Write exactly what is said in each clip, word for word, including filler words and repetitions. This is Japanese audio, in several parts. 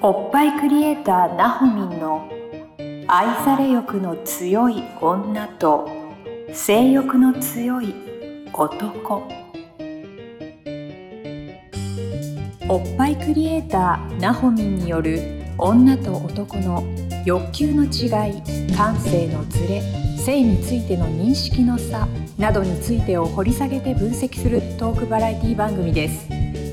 おっぱいクリエイターなほみんの愛され欲の強い女と性欲の強い男。おっぱいクリエイターなほみんによる女と男の欲求の違い、感性のズレ、性についての認識の差などについてを掘り下げて分析するトークバラエティ番組です。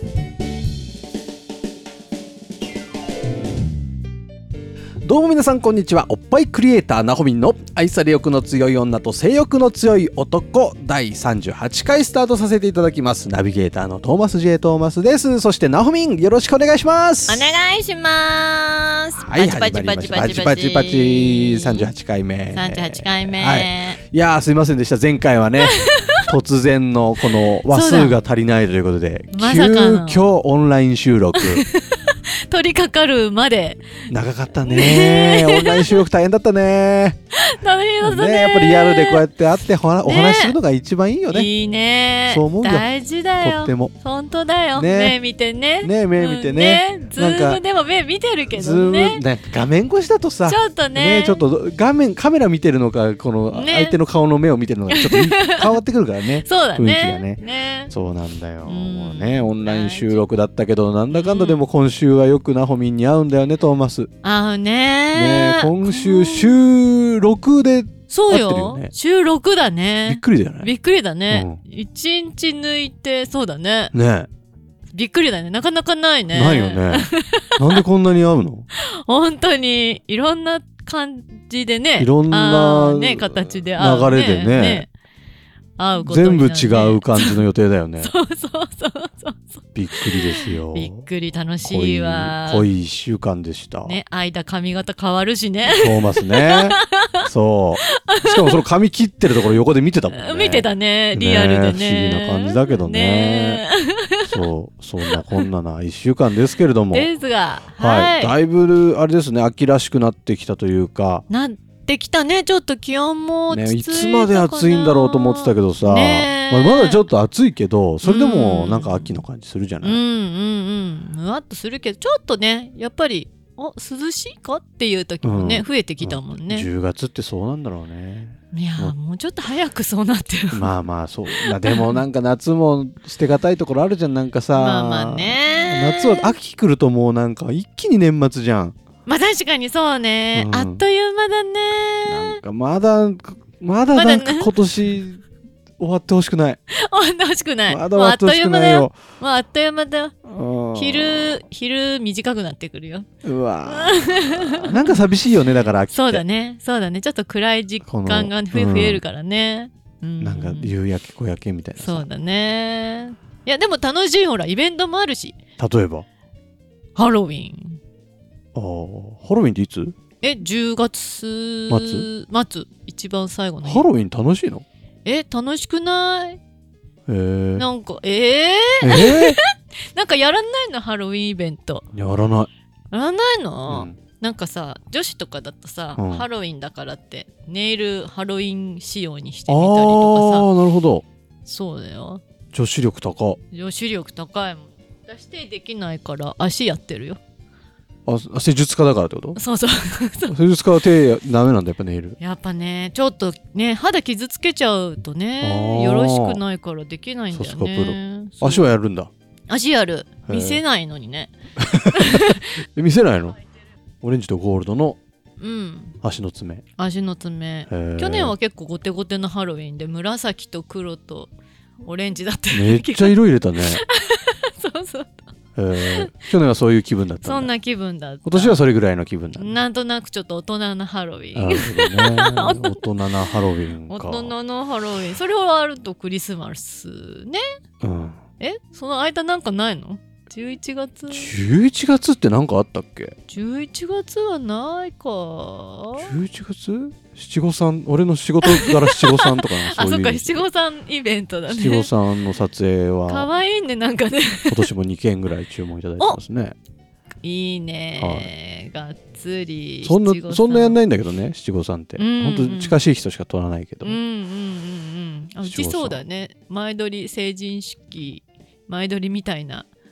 どうも皆さんこんにちは。おっぱいクリエイターなほみんの愛され欲の強い女と性欲の強い男だいさんじゅうはちかいスタートさせていただきます。ナビゲーターのトーマス J トーマスです。そしてなほみんよろしくお願いします。 お願いします。 はい、始まりました。パチパチパチさんじゅうはちかいめさんじゅうはちかいめ、 はい、いやーすいませんでした。前回はね突然のこの話数が足りないということでまさかの急遽オンライン収録取り掛かるまで長かったねオンライン収録大変だったね大変だった ね, ねやっぱりリアルでこうやって会ってお話しするのが一番いいよね。 いいね。 そう思うよ。 大事だよ。 とっても本当だよ、 ね、 目見てねね目見てね、 うん、ねズームでも目見てるけどね。 ズームなんか画面越しだとさちょっと ね, ねちょっと画面カメラ見てるのかこの相手の顔の目を見てるのかちょっと変わってくるからねそうだね、 雰囲気が ね, ねそうなんだよ、うん、ねオンライン収録だったけどなんだかんだでも今週はよくなほみんに会うんだよね。トーマス会う ね, ね今週週ろくでそうよ、ね、週ろくだね。 びっくりだよね。 びっくりだね、うん、いちにち抜いてそうだね。 ねびっくりだね。なかなかないね。 ないよねなんでこんなに会うの本当にいろんな感じでね、 いろんな、 ね、形で会う、 ね、流れでね、ね会うことになるね。 全部違う感じの予定だよねそうそうそうそうびっくりですよ。 びっくり。楽しいわ。 濃いいっしゅうかんでしたね。間髪型変わるしね。 トーマスねそうしかもその髪切ってるところ横で見てたもんね。 見てたねリアルでね。 ね不思議な感じだけど ね, ねそうそんなこんなないっしゅうかんですけれどもですが、 はい、はい、だいぶあれですね秋らしくなってきたというかなってきたね。ちょっと気温も落ち着いたかな、 ね、いつまで暑いんだろうと思ってたけどさ、ねまあ、まだちょっと暑いけどそれでもなんか秋の感じするじゃない。うんうんうんむわっとするけどちょっとねやっぱりお涼しいかっていう時もね、うん、増えてきたもんね、 うん、じゅうがつってそうなんだろうね。 いやもう、もうちょっと早くそうなってるまあまあそうでもなんか夏も捨てがたいところあるじゃん。なんかさまあまあね夏は秋来るともうなんか一気に年末じゃん。 まあ確かにそうね、うん、あっという間だね。 なんかまだまだなんか今年終わってほしくない。 終わってほしくない。 まだ終わってほしくないよ。 もうあっという間だよ。昼昼短くなってくるよ。 うわなんか寂しいよね。だから秋ってそうだねそうだねちょっと暗い時間が増え、増えるからね、うん、 なんか夕焼け小焼けみたいな。 そうだね。いやでも楽しいほらイベントもあるし。 例えばハロウィン。 あーハロウィンっていつ？ えじゅうがつ末末一番最後の日。 ハロウィン楽しいの？ え楽しくない？ えー、 なんかえー、 えー、 なんかやらないのハロウィンイベント。 やらないやらないの、うん、なんかさ女子とかだとさ、うん、ハロウィンだからってネイルハロウィン仕様にしてみたりとかさ。 あーなるほど。 そうだよ。 女子力高女子力高いもん。私手できないから足やってるよ。 あ施術家だからってこと？ そうそう施術家は手ダメなんだやっぱネイル。 やっぱねちょっとね肌傷つけちゃうとねよろしくないからできないんだよね。 足はやるんだ。 足やる。見せないのにね見せないの？オレンジとゴールドのうん足の爪。 足の爪去年は結構ゴテゴテのハロウィンで紫と黒とオレンジだっためっちゃ色入れたねそうそうえー、去年はそういう気分だったんだ。 そんな気分だった。 今年はそれぐらいの気分だ、ね、 なんとなくちょっと大人なハロウィン。 なるほどね大人なハロウィンか。 大人のハロウィンそれはあるとクリスマスね、うん、えその間なんかないの？じゅういちがつじゅういちがつってなんかあったっけ？ じゅういちがつはないか。 じゅういちがつ七五三俺の仕事柄七五三とかあそっか七五三イベントだね。 七五三の撮影はかわいいねなんかね今年もにけんぐらい注文いただいてますねいいね、はい、がっつりそんなそんなやんないんだけどね七五三って、うんうん、ほんと近しい人しか撮らないけど、 うんうんうんうん、あうちそうだね前撮り成人式前撮りみたいな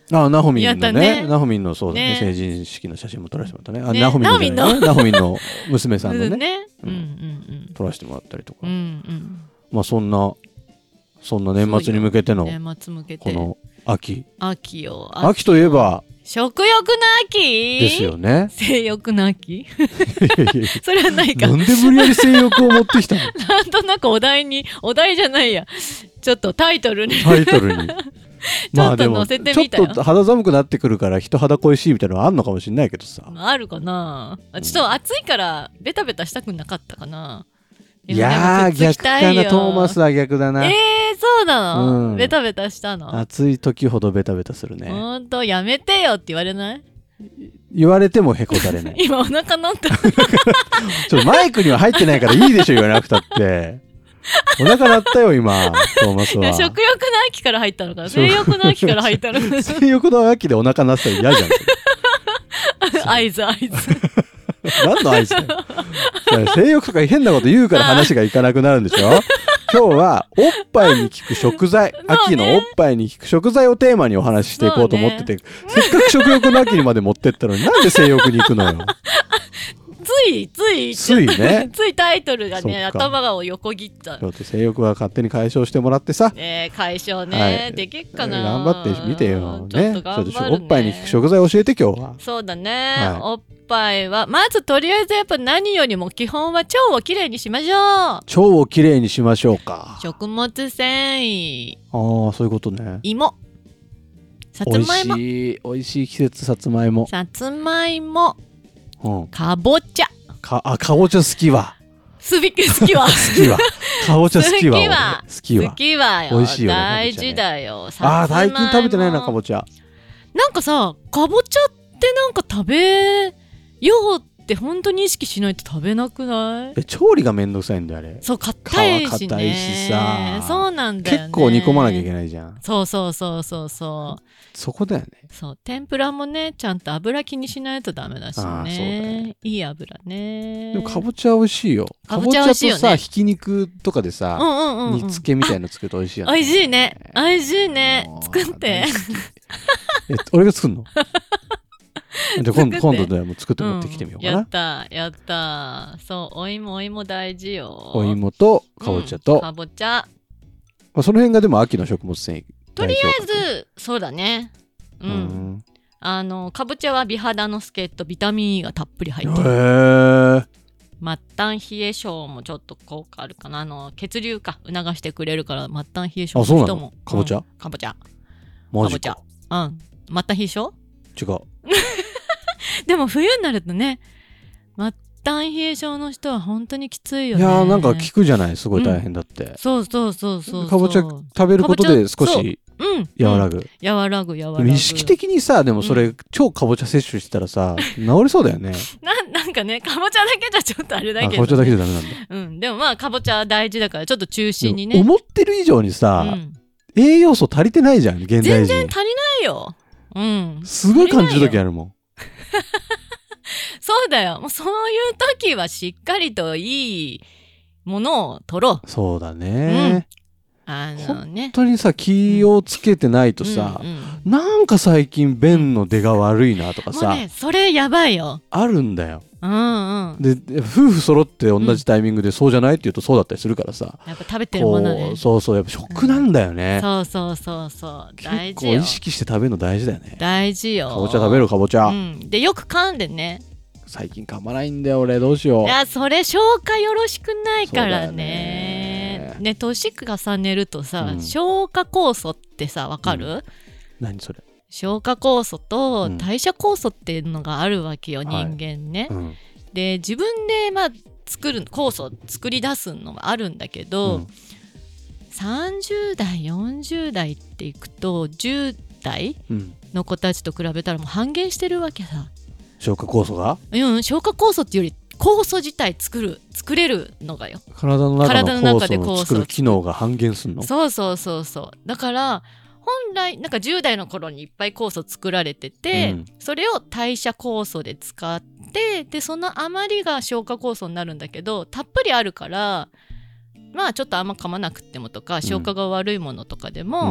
あナホミンのね, ねナホミンのそうだね、 ね成人式の写真も撮らせてもらったね。あ、 ねナホミンのじゃないねナホミンの娘さんのねね、 うんうんうんうん、 撮らせてもらったりとか、 うんうん、 まあそんなそんな年末に向けての年末向けてこの秋秋よ秋といえば食欲の秋ですよね。 性欲の秋それはないか。 なんで無理やり性欲を持ってきたのなんとなくお題にお題じゃないやちょっとタイトルにタイトルにちょっと載せてみたよ、 ちょっと肌寒くなってくるから人肌恋しいみたいなのはあんのかもしれないけどさ、 あるかな。ちょっと暑いからベタベタしたくなかったかな。 いやー逆かな。トーマスは逆だな。 えー、そうなの、 うん、 ベタベタしたの。 暑い時ほどベタベタするね。 ほんとやめてよって言われない？ 言われてもへこたれない今お腹鳴ったちょっとマイクには入ってないからいいでしょ言わなくたってお腹鳴ったよ今トーマスは。 食欲の秋から入ったのかな。性欲の秋から入ったのかな。 性欲の秋でお腹鳴ったら嫌じゃん合図合図何の合図だよ性欲とか変なこと言うから話がいかなくなるんでしょ今日はおっぱいに効く食材、秋のおっぱいに効く食材をテーマにお話ししていこうと思ってて、ね、せっかく食欲の秋にまで持ってったのになんで性欲に行くのよついついついねついタイトルがね頭が横切った。 ちょっと性欲は勝手に解消してもらってさ、 えー、解消ね、はい、できっかな。 頑張ってみてよね。 ちょっと頑張るね。 おっぱいに効く食材教えて今日は。 そうだね、 はい、 おっぱいはまずとりあえずやっぱ何よりも基本は腸をきれいにしましょう。 腸をきれいにしましょうか。 食物繊維、 ああそういうことね。 芋、さつまいも、 おいしいおいしい季節さつまいも、 さつまいも、 うん、 かぼちゃ、 かあかぼちゃ好きわ。 すびき好きわ好きわ。かぼちゃ好きわ。 好きわ。 好きわ。 好きわよ。 美味しいよね。 大事だよ。 ああ最近食べてないなかぼちゃ。 なんかさかぼちゃってなんか食べようって本当に意識しないと食べなくない？ え調理がめんどくさいんだよあれ。 そう硬いしね。 硬いしさ。 そうなんだよね。 結構煮込まなきゃいけないじゃん。 そうそうそうそうそう。 そこだよね。 そう天ぷらもねちゃんと油気にしないとダメだしね。 あそうだね。 いい油ね。 でもかぼちゃ美味しいよ。かぼちゃとさひき肉とかでさ、うんうんうんうん、煮付けみたいの作ると美味しいよね。 美味しいね。美味しいね。作って。 え俺が作るの？じゃ今度今度でも作って持ってきてみようかな、うん、 やったやったそうお芋お芋大事よ。 お芋とかぼちゃと、うん、 かぼちゃ、 まあ、その辺がでも秋の食物繊維とりあえずそうだねうん、うん、あのかぼちゃは美肌の助っ人ビタミン E がたっぷり入ってる。へー末端冷え性もちょっと効果あるかな。あの血流か促してくれるから末端冷え性の人も。 かぼちゃ、うん、 かぼちゃマジか。 かぼちゃうん末端冷え性違うでも冬になるとね末端冷え性の人は本当にきついよね。 いやーなんか聞くじゃないすごい大変だって、うん、 そうそうそうそうかぼちゃ食べることで少し和らぐ、うん、 和らぐ和らぐ。 意識的にさでもそれ、うん、超かぼちゃ摂取したらさ治りそうだよねな, なんかねかぼちゃだけじゃちょっとあれだけど、ね、 かぼちゃだけじゃダメなんだ、 うん、でもまあかぼちゃ大事だからちょっと中心にね。 思ってる以上にさ、うん、栄養素足りてないじゃん現代人。 全然足りないよ。うんすごい感じる時あるもんそうだよもうそういう時はしっかりといいものを取ろう。 そうだね、 うん、あのね本当にさ気をつけてないとさ、うんうんうん、なんか最近便の出が悪いなとかさ、 もうねそれやばいよ。 あるんだよ。 うんうん、 で夫婦揃って同じタイミングでそうじゃないって言うとそうだったりするからさ、 やっぱ食べてるものね。 そうそうやっぱ食なんだよね、 うん、そうそうそうそう大事よ。 結構意識して食べるの大事だよね。 大事よ。 かぼちゃ食べるかぼちゃ、 うん、でよく噛んでね。 最近噛まないんだよ俺どうしよう。 いやそれ消化よろしくないからね。ね年重ねるとさ、うん、消化酵素ってさわかる、うん、 何それ。 消化酵素と代謝酵素っていうのがあるわけよ、うん、人間ね、はいうん、で自分でまあ作る酵素作り出すのはあるんだけど、うん、さんじゅう代よんじゅう代っていくとじゅう代の子たちと比べたらもう半減してるわけさ。 消化酵素が、 うん、消化酵素っていうより酵素自体作る作れるのがよ。 体の中の酵素の作る機能が半減するの。 そうそうそうそうだから本来なんかじゅう代の頃にいっぱい酵素作られてて、うん、それを代謝酵素で使ってでその余りが消化酵素になるんだけどたっぷりあるからまあちょっとあんま噛まなくてもとか消化が悪いものとかでも、うん、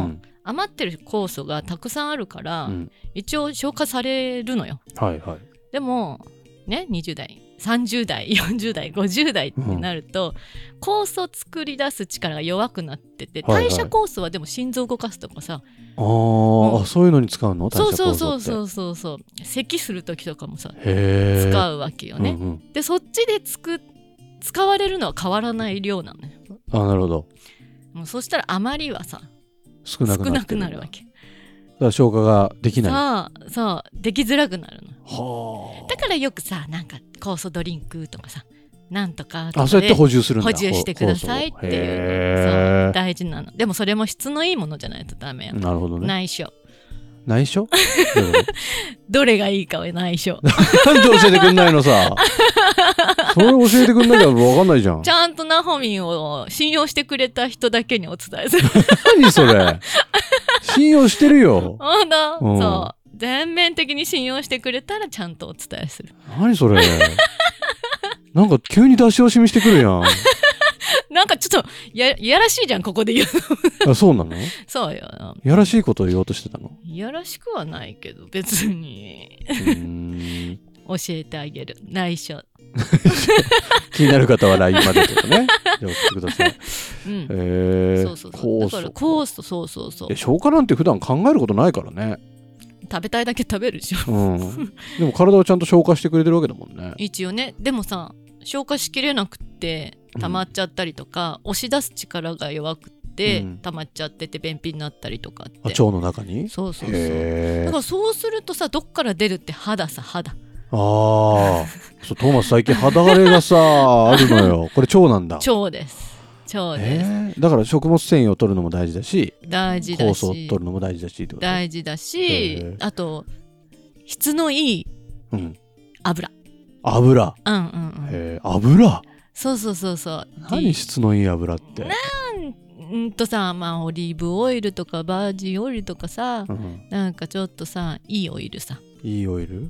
余ってる酵素がたくさんあるから、うん、一応消化されるのよ。 はいはい。 でもねにじゅう代さんじゅう代よんじゅう代ごじゅう代ってなると、うん、酵素作り出す力が弱くなってて、はいはい、代謝酵素はでも心臓動かすとかさ、 あ、うん、あそういうのに使うの？代謝酵素って。 そうそうそうそうそう、咳する時とかもさ使うわけよね、うんうん、でそっちでつく使われるのは変わらない量なのよ。 あ、なるほど。 もうそしたら余りはさ少なく な, 少なくなるわけ。 だから消化ができない。 そうそう、できづらくなるの。 はあ。 だからよくさ、なんか酵素ドリンクとかさ、なんとかとかであ、そうやって補充するんだ。 補充してくださいっていうの、そう大事なの。でもそれも質のいいものじゃないとダメよ。 なるほどね。 内緒。 内緒？ どれがいいかは内緒。 なんで教えてくんないのさ。それ教えてくんなきゃ分かんないじゃん。 ちゃんとナホミンを信用してくれた人だけにお伝えする。 何それ。信用してるよ。 ほんと、うん、そう。全面的に信用してくれたらちゃんとお伝えする。 何それ。なんか急に出し惜しみしてくるやん。 なんかちょっと や, やらしいじゃんここで言うの。あ、そうなの？ そうよ。 やらしいことを言おうとしてたの？ やらしくはないけど別にうーん教えてあげる。内緒。 気になる方は ライン までとかね。じゃあ送ってください。 うん、 えー、 そうそうそう。だから酵素、そうそうそう。 消化なんて普段考えることないからね。 食べたいだけ食べるでしょ。 うん。でも体をちゃんと消化してくれてるわけだもんね。 一応ね。でもさ、消化しきれなくって溜まっちゃったりとか、うん、押し出す力が弱くって溜まっちゃってて便秘になったりとかって。 あ、腸の中に？ そうそうそう。だからそうするとさ、どっから出るって肌さ、肌。 ああ、そう、トーマス最近肌荒れがさあるのよ。これ腸なんだ。 腸です。腸です、 えー、だから食物繊維を取るのも大事だし、 大事だし、 酵素を取るのも大事だしってこと？ 大事だし、あと質のいい油、うん、 油、 うんうんうん、 へー、油、 そうそうそうそう。 何質のいい油って？ なんんとさ、まあオリーブオイルとかバージンオイルとかさ、うん、なんかちょっとさいいオイルさ、 いいオイル、うん、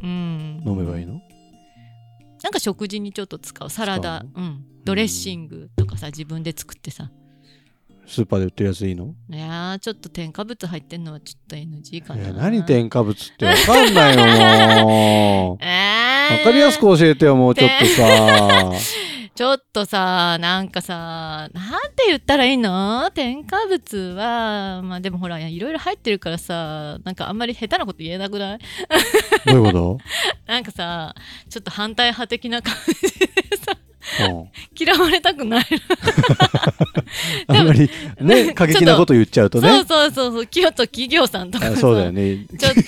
飲めばいいの？ なんか食事にちょっと使うサラダ、うん、ドレッシングとかさ、自分で作ってさ、 スーパーで売ってるやついいの？ いやー、ちょっと添加物入ってんのはちょっと エヌジー かな。 いや、何添加物ってわかんないよもう。えー、わかりやすく教えてよ、もうちょっとさ。 ちょっとさ、なんかさ、なんて言ったらいいの？添加物は、まあでもほら、いろいろ入ってるからさ、なんかあんまり下手なこと言えなくない？ どういうこと？ なんかさ、ちょっと反対派的な感じでさ、うん、嫌われたくない。 あんまりね、過激なこと言っちゃうとね。 そうそうそうそう、清人企業さんとかさ、 そうだよね。ちょっと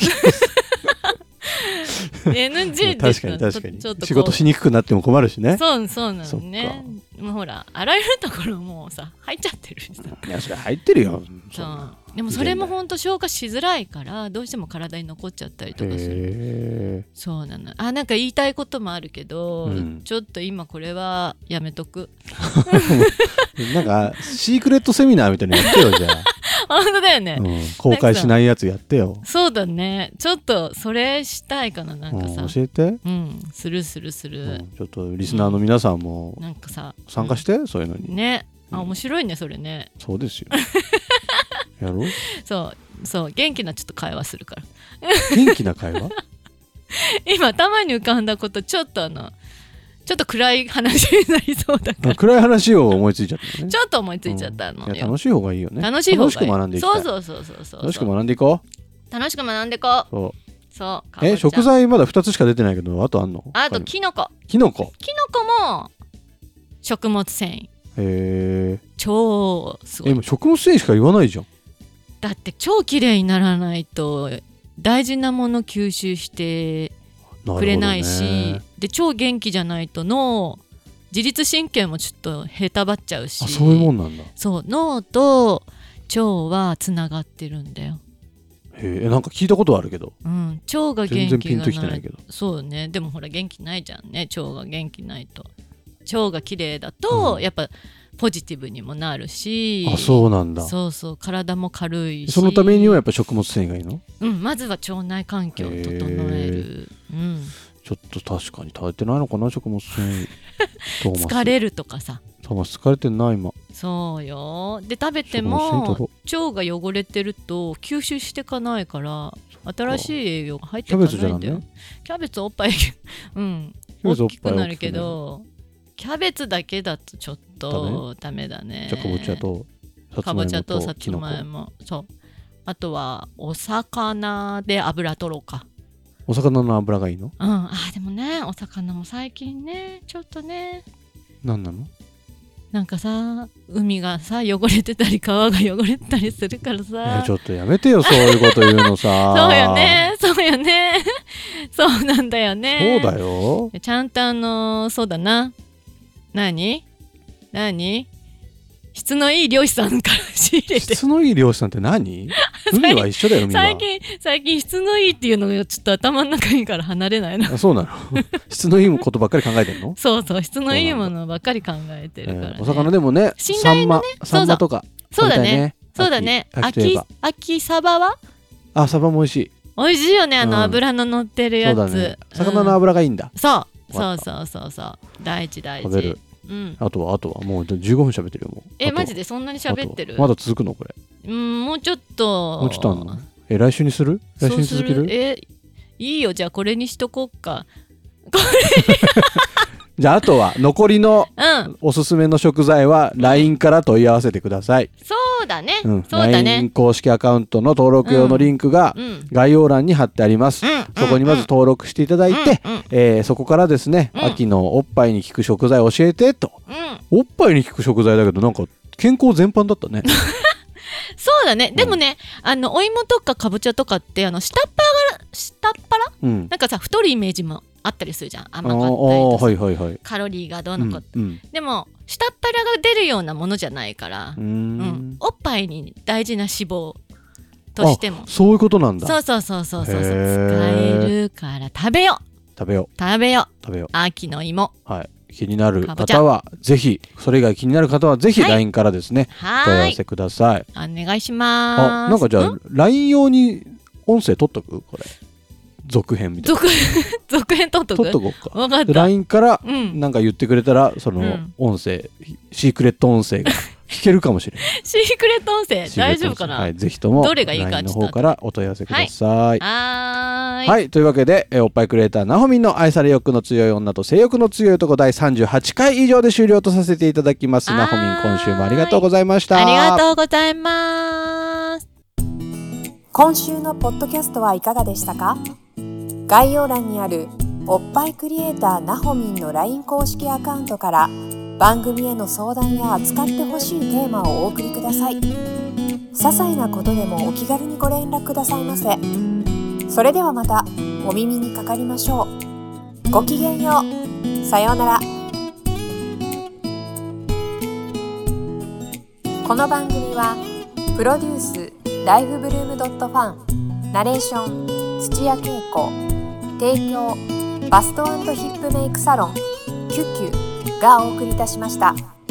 エヌジー って確かに確かにちょっと仕事しにくくなっても困るしね。 そうそうなのね。もうほら、あらゆるところもうさ入っちゃってるしさ。 いや、それ入ってるよ。 そうでもそれもほんと消化しづらいからどうしても体に残っちゃったりとかする。そうなの。あ、なんか言いたいこともあるけど、うん、ちょっと今これはやめとく。 なんかシークレットセミナーみたいなのやってよじゃあ。 本当だよね、うん、 公開しないやつやってよ。 そうだね。ちょっとそれしたいかな。なんかさ、 うん、教えて。 うん、するするする、うん、 ちょっとリスナーの皆さんも、うん、 なんかさ参加して、うん、そういうのにね。あ、面白いねそれね。 そうですよ。やろう。 そうそう、元気なちょっと会話するから。 元気な会話？ 今頭に浮かんだことちょっとあのちょっと暗い話になりそうだから。 暗い話を思いついちゃったね。 ちょっと思いついちゃったのよ、 うん、いや楽しい方がいいよね。 楽しい方がいい。 楽しく学んでいきたい。 そうそうそうそうそう。 楽しく学んでいこう。楽しく学んでいこう。そう。そう。 え、食材まだふたつしか出てないけど、あとあんの？ あとキノコ。 キノコ。 キノコも食物繊維。へえ。 超すごい。 え、食物繊維しか言わないじゃん。 だって超綺麗にならないと大事なもの吸収してくれないし、ね、で超元気じゃないと脳自律神経もちょっとへたばっちゃうし。 あ、そういうもんなんだ。 そう、脳と腸はつながってるんだよ。 へえ、なんか聞いたことはあるけど、 うん、腸が元気がない。 全然ピンときてないけど。 そうね。でもほら元気ないじゃんね。腸が元気ないと。腸が綺麗だと、うん、やっぱポジティブにもなるし。 あ、そうなんだ。 そうそう、体も軽いし。 そのためにはやっぱ食物繊維がいいの？ うん、まずは腸内環境を整える。うん、 ちょっと確かに食べてないのかな、食物繊維。 疲れるとかさ、 トーマス疲れてんな今。 そうよ。で食べても腸が汚れてると吸収してかないから新しい栄養が入ってかないんだよ。 キャベツじゃダメ？ キャベツおっぱいうん大きくなるけど、キャベツだけだとちょっとダメだね。 じゃあかぼちゃとかぼちゃとさつまいも、そう。あとはお魚で油取ろうか。 お魚の油がいいの？ うん。あでもね、お魚も最近ねちょっとね。 何なの？ なんかさ、海がさ汚れてたり川が汚れてたりするからさ。 えちょっとやめてよそういうこと言うのさ。 そうよね、そうよね。そうなんだよね。 そうだよ。 ちゃんとあのー、そうだな。何？何？質のいい漁師さんから仕入れて。 質のいい漁師さんって何？海は一緒だよ海は。 最近最近質のいいっていうのがちょっと頭の中にから離れないの。 あそうなの。質のいいことばっかり考えてんの？ そうそう、質のいいものばっかり考えてるから、ねえー、お魚でもね、サンマ、サンマとか、 そうだね、そうだね。秋秋サバは？ あ、サバも美味しい。 美味しいよね、あの油の乗ってるやつ。うん、そうだね。 魚の油がいいんだ。 うん、そうそうそうそうそう大事大事。 食べる。うん、あとはあとはもうじゅうごふん喋ってるよもう。 えマジでそんなに喋ってる？ まだ続くのこれ？ うんもうちょっと。 もうちょっとあんの？え来週にする？来週に続ける？ えいいよじゃあこれにしとこっか。これじゃああとは残りのおすすめの食材は ライン から問い合わせてください。 そうだね、 うん、 そうだね。 ライン 公式アカウントの登録用のリンクが概要欄に貼ってあります、うん、そこにまず登録していただいて、うんえー、そこからですね、うん、秋のおっぱいに効く食材教えてと、うん、おっぱいに効く食材だけどなんか健康全般だったね。 そうだね、うん、でもねあのお芋とかかぼちゃとかってあの下っ腹が下っ腹、うん、なんかさ太るイメージもあったりするじゃん。甘かったりとか、はいはいはい、カロリーがどうのこう、うんうん、でも下っ腹が出るようなものじゃないからうん、うん、おっぱいに大事な脂肪としてもそういうことなんだ。 そうそうそうそうそう使えるから食べよう食べよう食べよう食べよう秋の芋、 はい、気になる方はぜひそれ以外気になる方はぜひ ライン からですね、はい、問い合わせください。 お願いします。 あなんかじゃあ ライン 用に音声取っとくこれ続編みたいな。 続編取っとく取っとこうか。 分かった。 ライン からなんか言ってくれたらその音声、うん、シークレット音声が聞けるかもしれない。 シークレット音声大丈夫かな。 はい、ぜひともどれがいいかライン の方からお問い合わせください。 はい、 はいはいというわけでおっぱいクリエイターなほみんの愛され欲の強い女と性欲の強い男だいさんじゅうはちかい以上で終了とさせていただきます。なほみん今週もありがとうございました。 ありがとうございます。 今週のポッドキャストはいかがでしたか？概要欄にあるおっぱいクリエイターなほみんの ライン 公式アカウントから番組への相談や扱ってほしいテーマをお送りください。些細なことでもお気軽にご連絡くださいませ。それではまたお耳にかかりましょう。ごきげんよう。さようなら。この番組はプロデュースライフブルームドットファンナレーション土屋恵子提供バスト&ヒップメイクサロンキュキュがお送りいたしました。